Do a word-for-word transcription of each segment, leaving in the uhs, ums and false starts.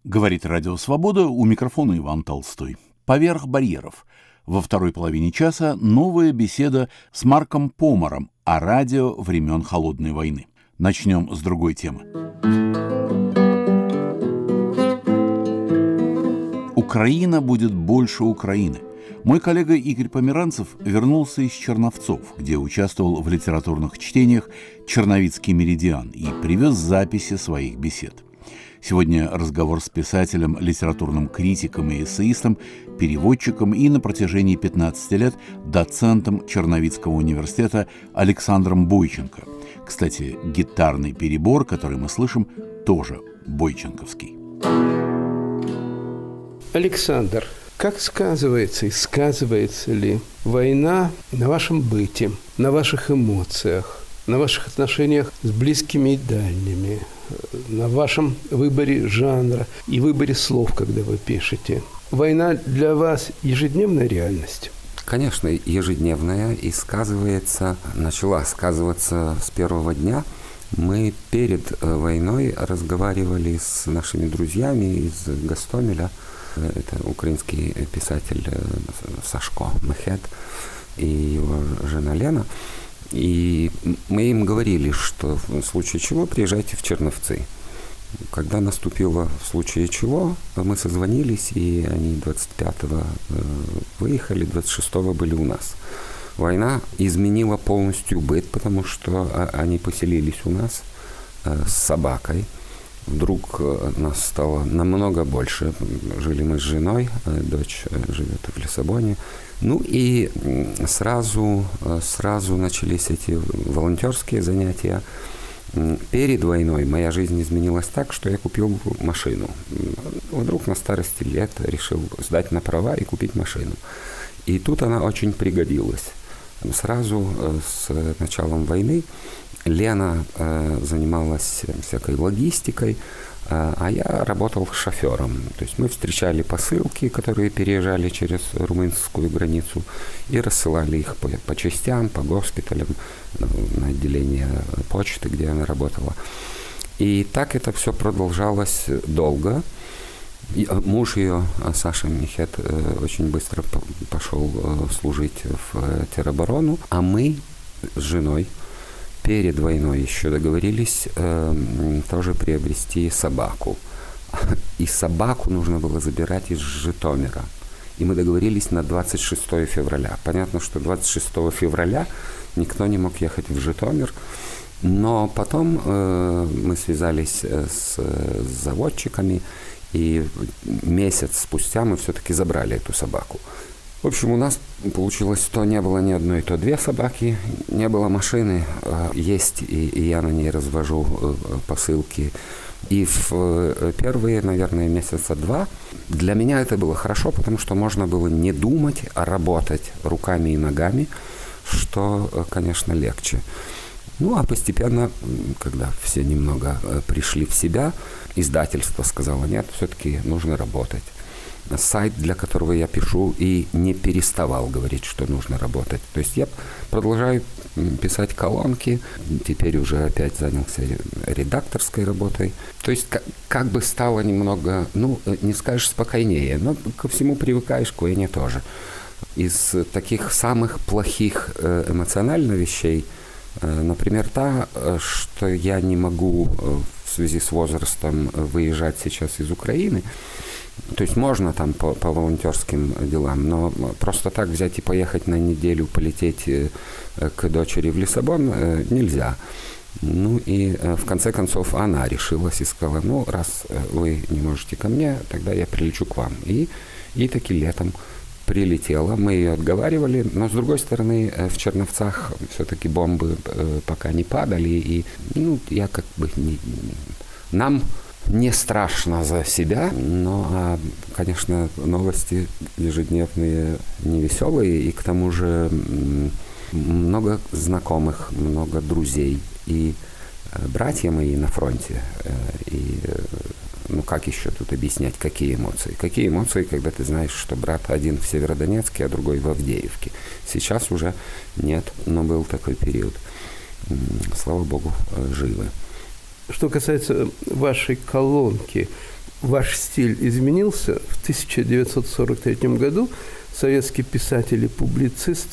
Говорит Радио Свобода, у микрофона Иван Толстой. «Поверх барьеров». Во второй половине часа новая беседа с Марком Помором о радио времен Холодной войны. Начнем с другой темы. Украина будет больше Украины. Мой коллега Игорь Померанцев вернулся из Черновцов, где участвовал в литературных чтениях «Черновицкий меридиан» и привез записи своих бесед. Сегодня разговор с писателем, литературным критиком и эссеистом, переводчиком и на протяжении пятнадцати лет доцентом Черновицкого университета Александром Бойченко. Кстати, гитарный перебор, который мы слышим, тоже бойченковский. Александр, как сказывается и сказывается ли война на вашем быте, на ваших эмоциях, на ваших отношениях с близкими и дальними, на вашем выборе жанра и выборе слов, когда вы пишете? Война для вас ежедневная реальность? Конечно, ежедневная, и сказывается, начала сказываться с первого дня. Мы перед войной разговаривали с нашими друзьями из Гостомеля. Это украинский писатель Сашко Мехет и его жена Лена. И мы им говорили, что в случае чего приезжайте в Черновцы. Когда наступило в случае чего, мы созвонились, и они двадцать пятого выехали, двадцать шестого были у нас. Война изменила полностью быт, потому что они поселились у нас с собакой. Вдруг нас стало намного больше. Жили мы с женой, дочь живет в Лиссабоне. Ну и сразу, сразу начались эти волонтерские занятия. Перед войной моя жизнь изменилась так, что я купил машину. Вдруг на старости лет решил сдать на права и купить машину. И тут она очень пригодилась. Сразу с началом войны Лена э, занималась всякой логистикой, э, а я работал шофером. То есть мы встречали посылки, которые переезжали через румынскую границу, и рассылали их по, по частям, по госпиталям, на отделение почты, где она работала. И так это все продолжалось долго. И муж ее, Саша Мехет, э, очень быстро пошел э, служить в тероборону, а мы с женой перед войной еще договорились э, тоже приобрести собаку. И собаку нужно было забирать из Житомира. И мы договорились на двадцать шестого февраля. Понятно, что двадцать шестого февраля никто не мог ехать в Житомир. Но потом э, мы связались с, с заводчиками, и месяц спустя мы все-таки забрали эту собаку. В общем, у нас получилось, то не было ни одной, то две собаки, не было машины, есть, и, и я на ней развожу посылки. И в первые, наверное, месяца два для меня это было хорошо, потому что можно было не думать, а работать руками и ногами, что, конечно, легче. Ну, а постепенно, когда все немного пришли в себя, издательство сказало: нет, все-таки нужно работать. Сайт, для которого я пишу, и не переставал говорить, что нужно работать. То есть я продолжаю писать колонки, теперь уже опять занялся редакторской работой. То есть как, как бы стало немного, ну, не скажешь спокойнее, но ко всему привыкаешь, к войне тоже. Из таких самых плохих эмоционально вещей, например, та, что я не могу в связи с возрастом выезжать сейчас из Украины. То есть можно там по, по волонтерским делам, но просто так взять и поехать на неделю, полететь к дочери в Лиссабон нельзя. Ну и в конце концов она решилась и сказала: ну, раз вы не можете ко мне, тогда я прилечу к вам. И, и таки летом прилетела, мы ее отговаривали, но с другой стороны в Черновцах все-таки бомбы пока не падали, и ну, я как бы не, нам не страшно за себя, но, конечно, новости ежедневные невеселые, и к тому же много знакомых, много друзей, и братья мои на фронте, и ну как еще тут объяснять, какие эмоции? Какие эмоции, когда ты знаешь, что брат один в Северодонецке, а другой в Авдеевке? Сейчас уже нет, но был такой период. Слава Богу, живы. Что касается вашей колонки, ваш стиль изменился. В тысяча девятьсот сорок третьем году советский писатель и публицист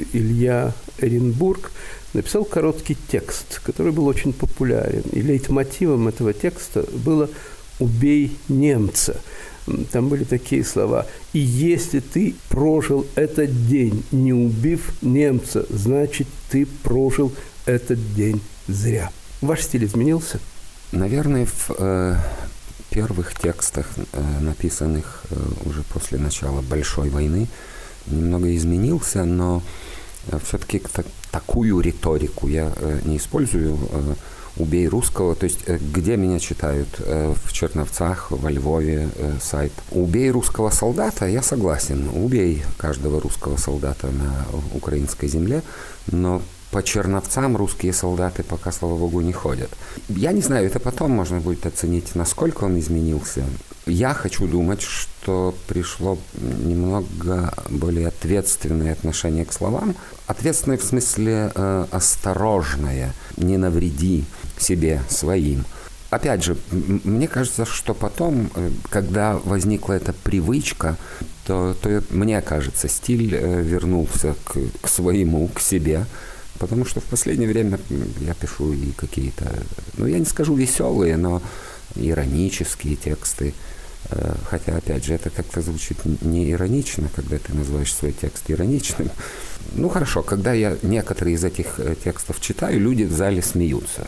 Илья Эренбург написал короткий текст, который был очень популярен. И лейтмотивом этого текста было «Убей немца». Там были такие слова: «И если ты прожил этот день, не убив немца, значит, ты прожил этот день зря». Ваш стиль изменился? Наверное, в э, первых текстах, э, написанных э, уже после начала Большой войны, немного изменился, но э, все-таки так, такую риторику я э, не использую. Э, «Убей русского», то есть э, где меня читают? Э, в Черновцах, во Львове э, сайт. «Убей русского солдата» я согласен. Убей каждого русского солдата на украинской земле, но по Черновцам русские солдаты пока, слава богу, не ходят. Я не знаю, это потом можно будет оценить, насколько он изменился. Я хочу думать, что пришло немного более ответственное отношение к словам. Ответственное в смысле э, осторожное, не навреди себе, своим. Опять же, мне кажется, что потом, когда возникла эта привычка, то, то мне кажется, стиль э, вернулся к, к своему, к себе. Потому что в последнее время я пишу и какие-то, ну, я не скажу веселые, но иронические тексты. Хотя, опять же, это как-то звучит не иронично, когда ты называешь свой текст ироничным. Ну, хорошо, когда я некоторые из этих текстов читаю, люди в зале смеются.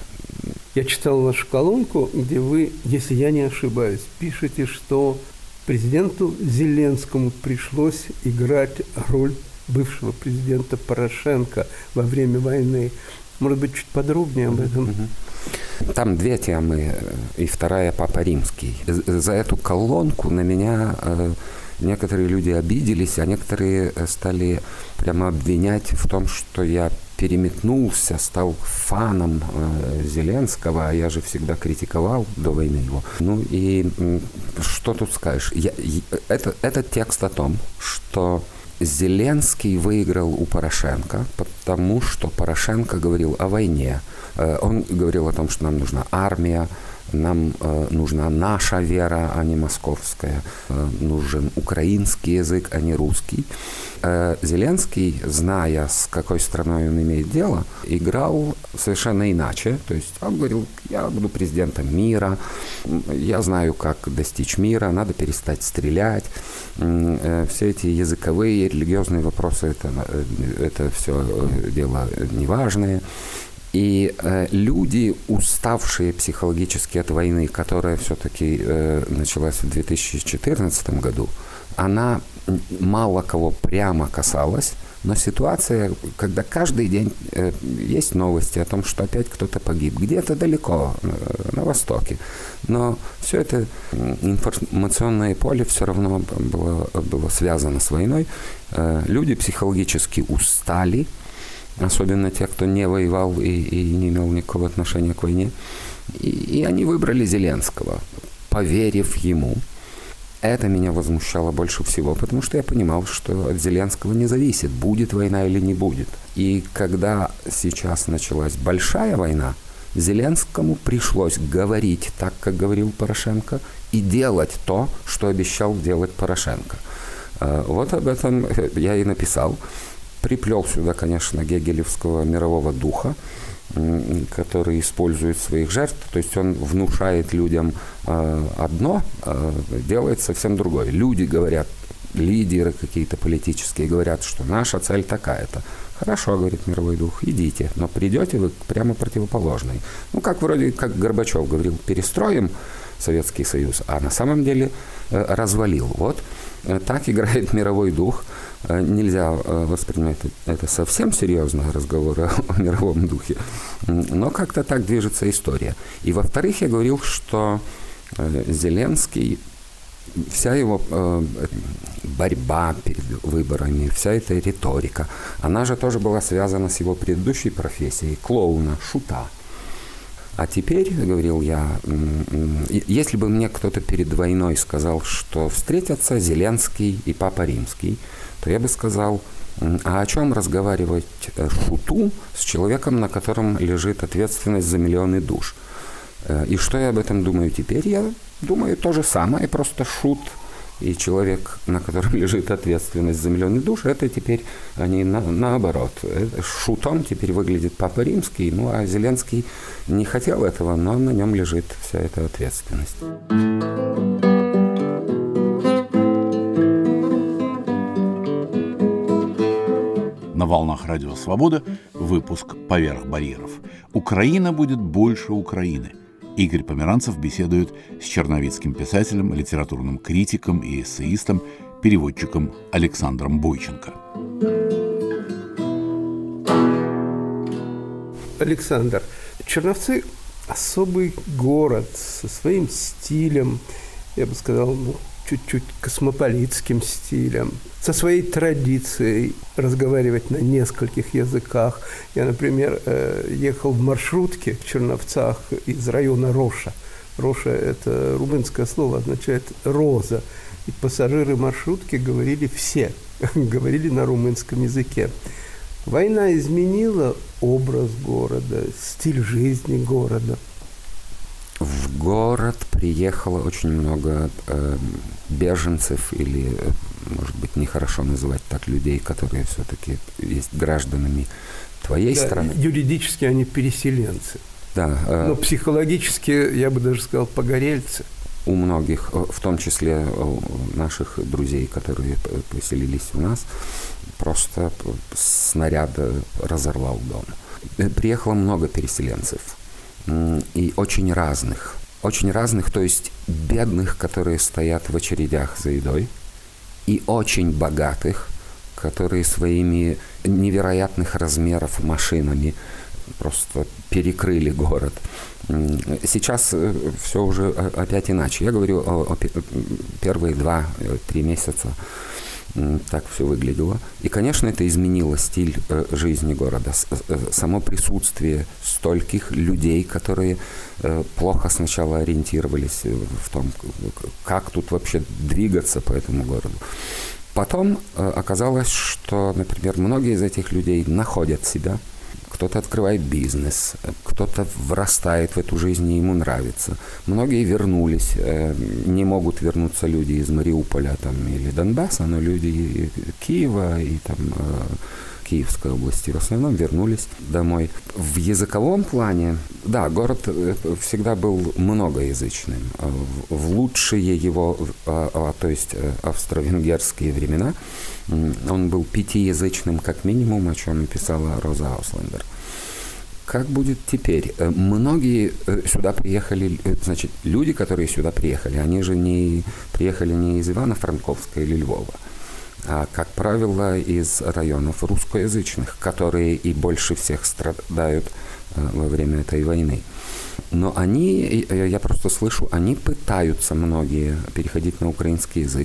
Я читал вашу колонку, где вы, если я не ошибаюсь, пишете, что президенту Зеленскому пришлось играть роль бывшего президента Порошенко во время войны. Может быть, чуть подробнее об этом? Там две темы, и вторая Папа Римский. За эту колонку на меня э, некоторые люди обиделись, а некоторые стали прямо обвинять в том, что я переметнулся, стал фаном э, Зеленского, а я же всегда критиковал до войны его. Ну и э, что тут скажешь? Я, я, это, этот текст о том, что Зеленский выиграл у Порошенко, потому что Порошенко говорил о войне. Он говорил о том, что нам нужна армия, нам э, нужна наша вера, а не московская. Э, нужен украинский язык, а не русский. Э, Зеленский, зная, с какой страной он имеет дело, играл совершенно иначе. То есть он говорил: я буду президентом мира, я знаю, как достичь мира, надо перестать стрелять. Э, все эти языковые, религиозные вопросы, это, это все дело неважное. И э, люди, уставшие психологически от войны, которая все-таки э, началась в две тысячи четырнадцатом году, она мало кого прямо касалась, но ситуация, когда каждый день э, есть новости о том, что опять кто-то погиб, где-то далеко, э, на востоке. Но все это информационное поле все равно было, было связано с войной. Э, люди психологически устали, особенно те, кто не воевал и, и не имел никакого отношения к войне. И, и они выбрали Зеленского, поверив ему. Это меня возмущало больше всего, потому что я понимал, что от Зеленского не зависит, будет война или не будет. И когда сейчас началась большая война, Зеленскому пришлось говорить так, как говорил Порошенко, и делать то, что обещал делать Порошенко. Вот об этом я и написал. Приплел сюда, конечно, гегелевского мирового духа, который использует своих жертв. То есть он внушает людям э, одно, э, делает совсем другое. Люди говорят, лидеры какие-то политические говорят, что наша цель такая-то. Хорошо, говорит мировой дух, идите, но придете вы прямо противоположной. Ну, как вроде как Горбачев говорил, перестроим Советский Союз, а на самом деле э, развалил. Вот э, так играет мировой дух. Нельзя воспринимать это совсем серьезно, разговоры о мировом духе, но как-то так движется история. И во-вторых, я говорил, что Зеленский, вся его борьба перед выборами, вся эта риторика, она же тоже была связана с его предыдущей профессией – клоуна, шута. А теперь, говорил я, если бы мне кто-то перед войной сказал, что встретятся Зеленский и Папа Римский, то я бы сказал, а о чем разговаривать шуту с человеком, на котором лежит ответственность за миллионы душ? И что я об этом думаю теперь? Я думаю, то же самое, просто шут и человек, на котором лежит ответственность за миллионы душ, это теперь они на, наоборот. Шутом теперь выглядит Папа Римский, ну а Зеленский не хотел этого, но на нем лежит вся эта ответственность. На волнах Радио Свобода выпуск «Поверх барьеров». Украина будет больше Украины. Игорь Померанцев беседует с черновицким писателем, литературным критиком и эссеистом, переводчиком Александром Бойченко. Александр, Черновцы – особый город со своим стилем, я бы сказал, ну, чуть-чуть космополитским стилем, со своей традицией разговаривать на нескольких языках. Я, например, ехал в маршрутке в Черновцах из района Роша. Роша – это румынское слово, означает «роза». И пассажиры маршрутки говорили все, говорили на румынском языке. Война изменила образ города, стиль жизни города. В город приехало очень много э, беженцев или, может быть, нехорошо называть так людей, которые все-таки есть гражданами твоей да, страны. Юридически они переселенцы. Да. Э, Но психологически, я бы даже сказал, погорельцы. У многих, в том числе у наших друзей, которые поселились у нас, просто снаряд разорвал дом. Приехало много переселенцев. И очень разных. Очень разных, то есть бедных, которые стоят в очередях за едой, и очень богатых, которые своими невероятных размеров машинами просто перекрыли город. Сейчас все уже опять иначе. Я говорю о, о первые два-три месяца. Так все выглядело. И, конечно, это изменило стиль э, жизни города. С, э, само присутствие стольких людей, которые э, плохо сначала ориентировались в том, как тут вообще двигаться по этому городу. Потом э, оказалось, что, например, многие из этих людей находят себя. Кто-то открывает бизнес, кто-то врастает в эту жизнь, и ему нравится. Многие вернулись, не могут вернуться люди из Мариуполя там, или Донбасса, но люди Киева и там, Киевской области в основном вернулись домой. В языковом плане, да, город всегда был многоязычным. В лучшие его, то есть австро-венгерские времена, он был пятиязычным как минимум, о чем писала Роза Ауслендер. Как будет теперь? Многие сюда приехали, значит, люди, которые сюда приехали, они же не приехали не из Ивано-Франковска или Львова, а, как правило, из районов русскоязычных, которые и больше всех страдают во время этой войны. Но они, я просто слышу, они пытаются многие переходить на украинский язык.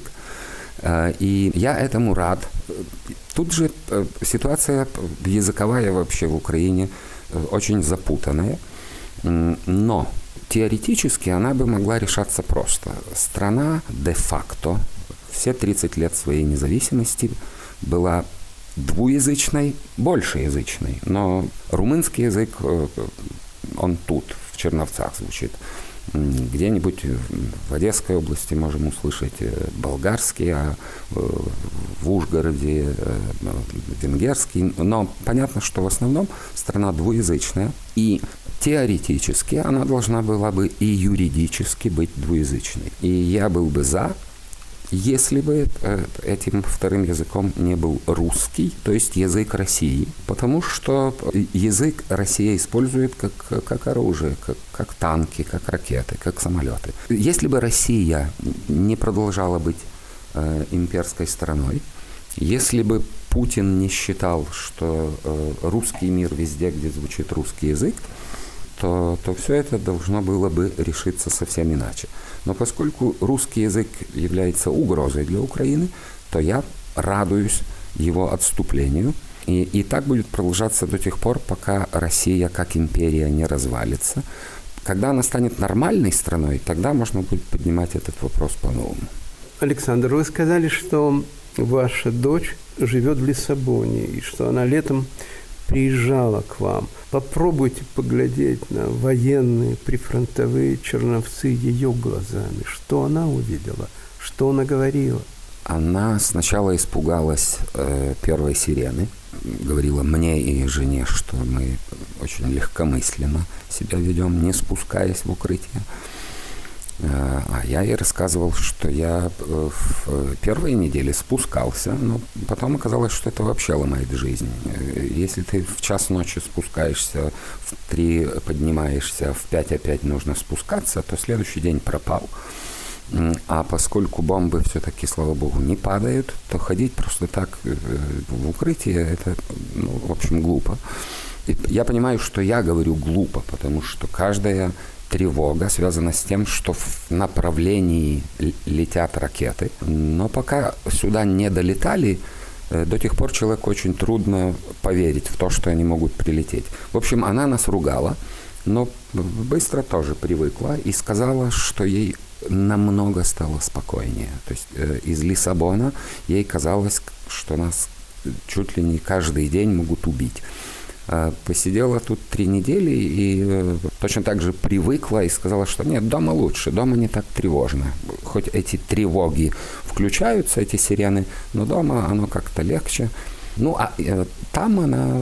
И я этому рад. Тут же ситуация языковая вообще в Украине очень запутанная, но теоретически она бы могла решаться просто. Страна де-факто все тридцать лет своей независимости была двуязычной, большеязычной, но румынский язык, он тут, в Черновцах звучит. Где-нибудь в Одесской области можем услышать болгарский, а в Ужгороде венгерский. Но понятно, что в основном страна двуязычная, и теоретически она должна была бы и юридически быть двуязычной. И я был бы за, если бы этим вторым языком не был русский, то есть язык России. Потому что язык Россия использует как, как оружие, как, как танки, как ракеты, как самолеты. Если бы Россия не продолжала быть э, имперской страной, если бы Путин не считал, что э, русский мир везде, где звучит русский язык, то, то все это должно было бы решиться совсем иначе. Но поскольку русский язык является угрозой для Украины, то я радуюсь его отступлению. И, и так будет продолжаться до тех пор, пока Россия как империя не развалится. Когда она станет нормальной страной, тогда можно будет поднимать этот вопрос по-новому. Александр, вы сказали, что ваша дочь живет в Лиссабоне, и что она летом приезжала к вам. Попробуйте поглядеть на военные прифронтовые Черновцы ее глазами. Что она увидела? Что она говорила? Она сначала испугалась э, первой сирены. Говорила мне и жене, что мы очень легкомысленно себя ведем, не спускаясь в укрытие. А я ей рассказывал, что я в первые недели спускался, но потом оказалось, что это вообще ломает жизнь. Если ты в час ночи спускаешься, в три поднимаешься, в пять опять нужно спускаться, то следующий день пропал. А поскольку бомбы все-таки, слава богу, не падают, то ходить просто так в укрытие, это, ну, в общем, глупо. И я понимаю, что я говорю глупо, потому что каждая тревога связана с тем, что в направлении летят ракеты. Но пока сюда не долетали, до тех пор человеку очень трудно поверить в то, что они могут прилететь. В общем, она нас ругала, но быстро тоже привыкла и сказала, что ей намного стало спокойнее. То есть э, из Лиссабона ей казалось, что нас чуть ли не каждый день могут убить. Э, посидела тут три недели и э, точно так же привыкла и сказала, что нет, дома лучше, дома не так тревожно. Хоть эти тревоги включаются, эти сирены, но дома оно как-то легче. Ну, а э, там она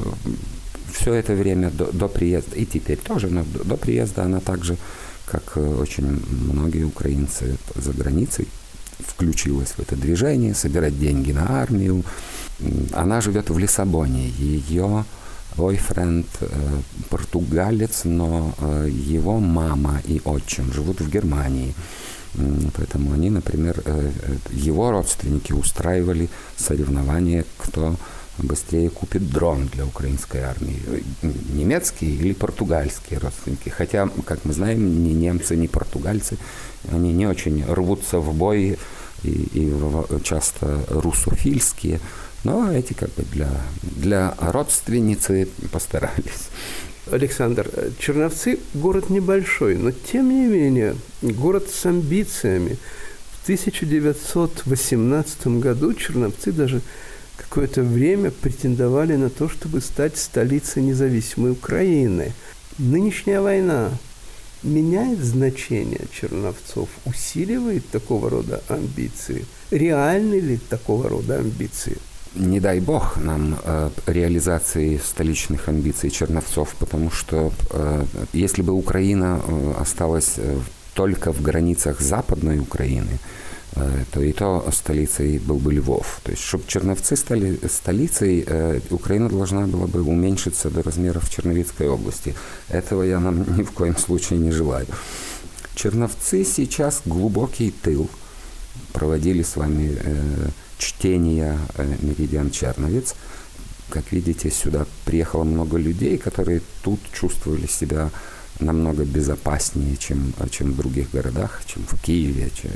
все это время до, до приезда, и теперь тоже, но до, до приезда она также, как очень многие украинцы за границей, включилась в это движение, собирать деньги на армию. Она живет в Лиссабоне. Ее бойфренд э, португалец, но э, его мама и отчим живут в Германии. Поэтому они, например, э, его родственники устраивали соревнования, кто быстрее купит дрон для украинской армии. Немецкие или португальские родственники. Хотя, как мы знаем, ни немцы, ни португальцы, они не очень рвутся в бой и, и часто русофильские. Но эти как бы для, для родственницы постарались. Александр, Черновцы – город небольшой, но тем не менее город с амбициями. В тысяча девятьсот восемнадцатом году Черновцы даже какое-то время претендовали на то, чтобы стать столицей независимой Украины. Нынешняя война меняет значение Черновцов, усиливает такого рода амбиции? Реальны ли такого рода амбиции? Не дай бог нам э, реализации столичных амбиций Черновцов, потому что э, если бы Украина э, осталась э, только в границах Западной Украины, э, то и то столицей был бы Львов. То есть, чтобы Черновцы стали столицей, э, Украина должна была бы уменьшиться до размеров Черновицкой области. Этого я нам ни в коем случае не желаю. Черновцы сейчас глубокий тыл. Проводили с вами э, чтение э, «Меридиан Черновец». Как видите, сюда приехало много людей, которые тут чувствовали себя намного безопаснее, чем, чем в других городах, чем в Киеве, чем,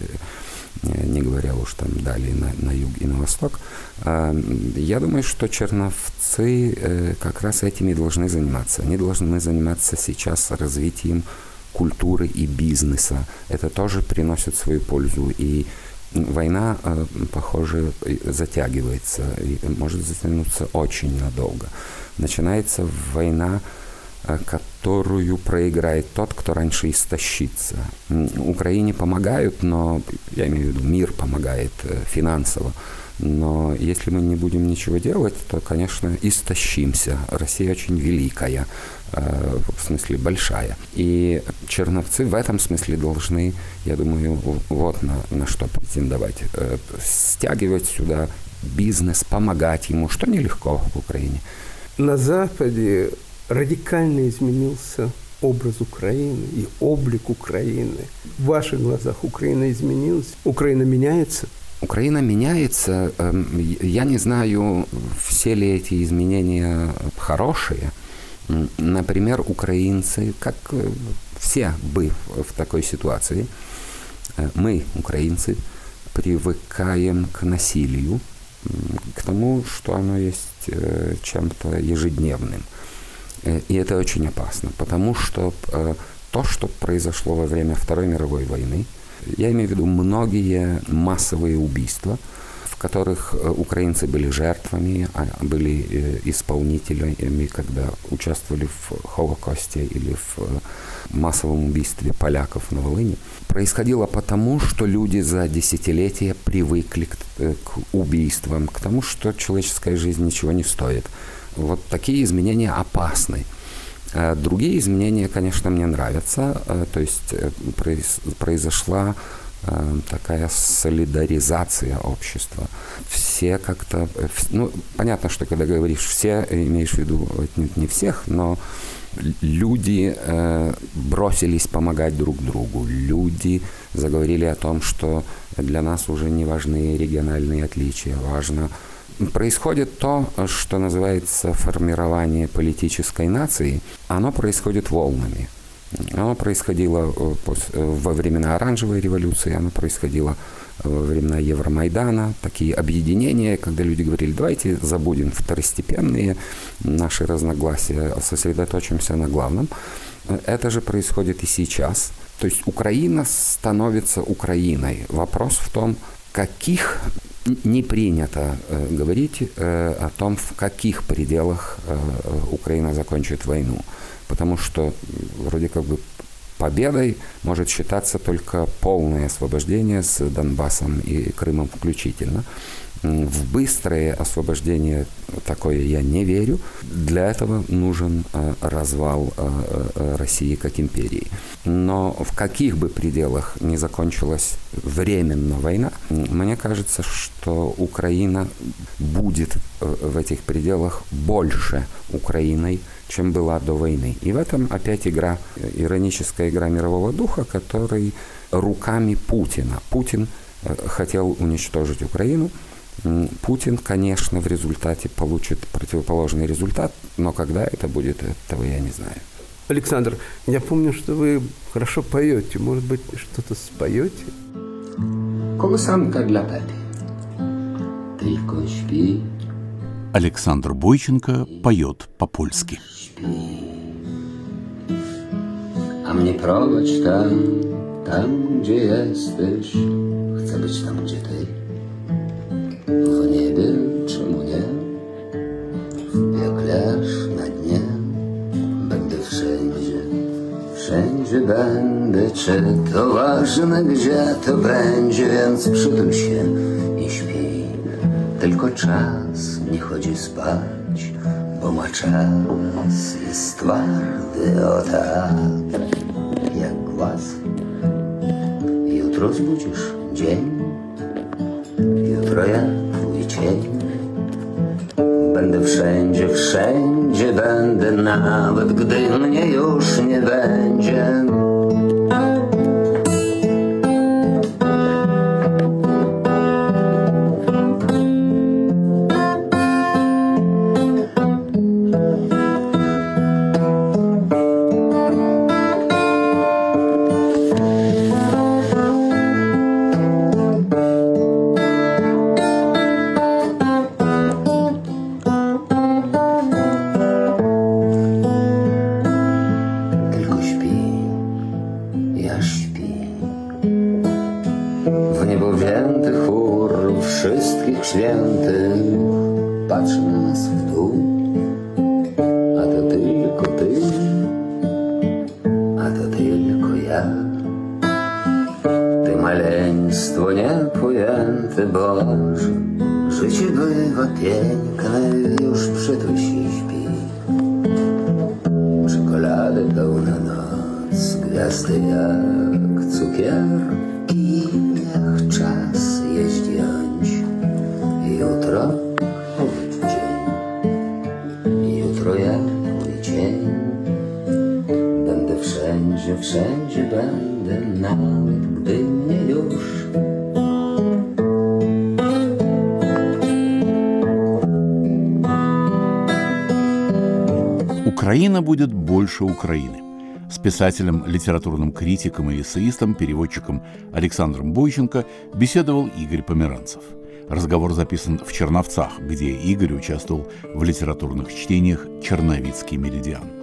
не говоря уж там далее на, на юг и на восток. Э, я думаю, что черновцы э, как раз этими должны заниматься. Они должны заниматься сейчас развитием культуры и бизнеса. Это тоже приносит свою пользу. И война, похоже, затягивается и может затянуться очень надолго. Начинается война, которую проиграет тот, кто раньше истощится. Украине помогают, но, я имею в виду, мир помогает финансово. Но если мы не будем ничего делать, то, конечно, истощимся. Россия очень великая, в смысле большая. И черновцы в этом смысле должны, я думаю, вот на, на что претендовать. Стягивать сюда бизнес, помогать ему, что нелегко в Украине. На Западе радикально изменился образ Украины и облик Украины. В ваших глазах Украина изменилась? Украина меняется? Украина меняется. Я не знаю, все ли эти изменения хорошие. Например, украинцы, как все бы в такой ситуации, мы, украинцы, привыкаем к насилию, к тому, что оно есть чем-то ежедневным. И это очень опасно, потому что то, что произошло во время Второй мировой войны, я имею в виду многие массовые убийства, в которых украинцы были жертвами, были исполнителями, когда участвовали в Холокосте или в массовом убийстве поляков на Волыни, происходило потому, что люди за десятилетия привыкли к, к убийствам, к тому, что человеческая жизнь ничего не стоит. Вот такие изменения опасны. Другие изменения, конечно, мне нравятся. То есть произошла такая солидаризация общества. Все как-то... Ну, понятно, что когда говоришь «все», имеешь в виду не всех, но люди э, бросились помогать друг другу. Люди заговорили о том, что для нас уже не важны региональные отличия, важно... Происходит то, что называется формирование политической нации. Оно происходит волнами. Оно происходило во времена Оранжевой революции, оно происходило во времена Евромайдана. Такие объединения, когда люди говорили, давайте забудем второстепенные наши разногласия, сосредоточимся на главном. Это же происходит и сейчас. То есть Украина становится Украиной. Вопрос в том, каких... Не принято э, говорить э, о том, в каких пределах э, Украина закончит войну. Потому что вроде как бы победой может считаться только полное освобождение с Донбассом и Крымом включительно. В быстрое освобождение такое я не верю. Для этого нужен э, развал э, России как империи. Но в каких бы пределах ни закончилась временно война, мне кажется, что Украина будет э, в этих пределах больше Украиной, чем была до войны. И в этом опять игра, ироническая игра мирового духа, который руками Путина. Путин э, хотел уничтожить Украину. Путин, конечно, в результате получит противоположный результат, но когда это будет, этого я не знаю. Александр, я помню, что вы хорошо поете. Может быть, что-то споете? Колосанка для Пепи. Tylko śpi. Александр Бойченко поет по-польски. A mnie prowadź tam, tam gdzie jesteś. Chcę być tam gdzie ty. W niebie, czemu nie? W piekle aż na dnie. Będę wszędzie, wszędzie będę. Czy to ważne, gdzie to będzie? Więc przytul się i śpi. Tylko czas nie chodzi spać, bo ma czas, jest twardy, o tak, jak głaz. Jutro zbudzisz dzień, jutro ja twój cień. Będę wszędzie, wszędzie będę, nawet gdy mnie już nie będzie. Świętych patrzy na nas w dół, a to tylko ty, a to tylko ja. Ty maleństwo niepojęte, Boże, życie bywa piękne, już przytul się śpi. Czekolady pełna noc, gwiazdy jak cukierki, niech czas jeździ. Jutro powiedz dzień, jutro ja mój cień. Będę wszędzie, wszędzie będę, nawet gdy mnie już. Украина будет больше Украины. С писателем, литературным критиком и эссеистом, переводчиком Александром Бойченко беседовал Игорь Померанцев. Разговор записан в Черновцах, где Игорь участвовал в литературных чтениях «Черновицкий меридиан».